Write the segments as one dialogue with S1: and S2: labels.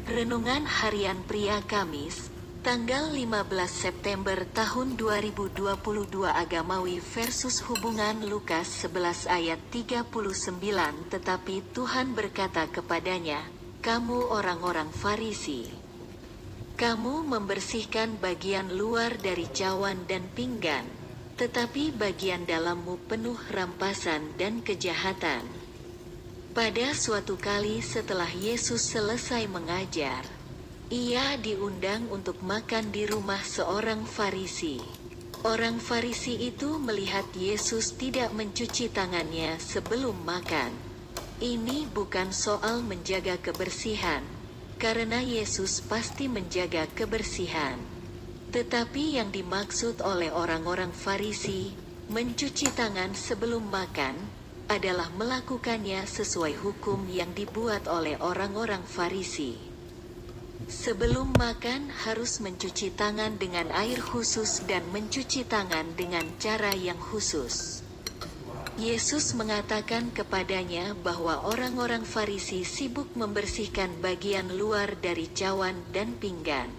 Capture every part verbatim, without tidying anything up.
S1: Renungan Harian Pria Kamis, tanggal lima belas September tahun dua ribu dua puluh dua. Agamawi versus hubungan. Lukas sebelas ayat tiga puluh sembilan. Tetapi Tuhan berkata kepadanya, "Kamu orang-orang Farisi, kamu membersihkan bagian luar dari cawan dan pinggan, tetapi bagian dalammu penuh rampasan dan kejahatan." Pada suatu kali setelah Yesus selesai mengajar, ia diundang untuk makan di rumah seorang Farisi. Orang Farisi itu melihat Yesus tidak mencuci tangannya sebelum makan. Ini bukan soal menjaga kebersihan, karena Yesus pasti menjaga kebersihan. Tetapi yang dimaksud oleh orang-orang Farisi, mencuci tangan sebelum makan, adalah melakukannya sesuai hukum yang dibuat oleh orang-orang Farisi. Sebelum makan harus mencuci tangan dengan air khusus dan mencuci tangan dengan cara yang khusus. Yesus mengatakan kepadanya bahwa orang-orang Farisi sibuk membersihkan bagian luar dari cawan dan pinggan.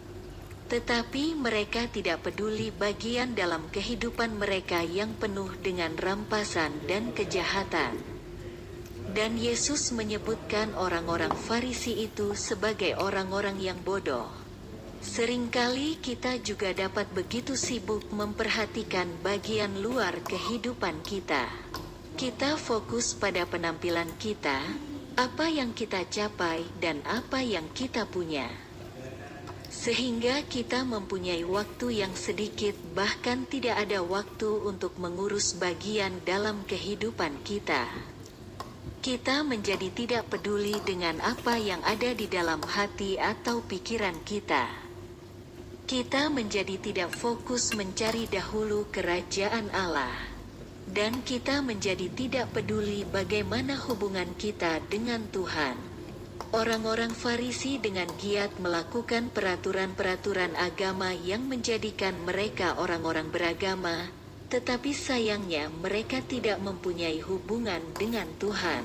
S1: Tetapi mereka tidak peduli bagian dalam kehidupan mereka yang penuh dengan rampasan dan kejahatan. Dan Yesus menyebutkan orang-orang Farisi itu sebagai orang-orang yang bodoh. Seringkali kita juga dapat begitu sibuk memperhatikan bagian luar kehidupan kita. Kita fokus pada penampilan kita, apa yang kita capai, dan apa yang kita punya. Sehingga kita mempunyai waktu yang sedikit, bahkan tidak ada waktu untuk mengurus bagian dalam kehidupan kita. Kita menjadi tidak peduli dengan apa yang ada di dalam hati atau pikiran kita. Kita menjadi tidak fokus mencari dahulu kerajaan Allah. Dan kita menjadi tidak peduli bagaimana hubungan kita dengan Tuhan. Orang-orang Farisi dengan giat melakukan peraturan-peraturan agama yang menjadikan mereka orang-orang beragama, tetapi sayangnya mereka tidak mempunyai hubungan dengan Tuhan.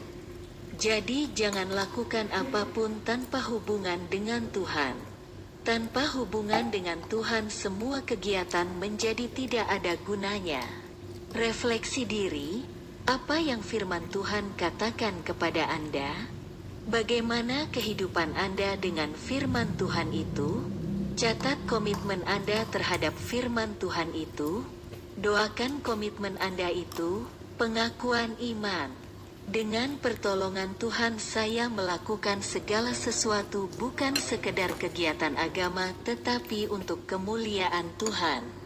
S1: Jadi jangan lakukan apapun tanpa hubungan dengan Tuhan. Tanpa hubungan dengan Tuhan semua kegiatan menjadi tidak ada gunanya. Refleksi diri, apa yang firman Tuhan katakan kepada Anda? Bagaimana kehidupan Anda dengan firman Tuhan itu? Catat komitmen Anda terhadap firman Tuhan itu. Doakan komitmen Anda itu, pengakuan iman. Dengan pertolongan Tuhan saya melakukan segala sesuatu bukan sekedar kegiatan agama tetapi untuk kemuliaan Tuhan.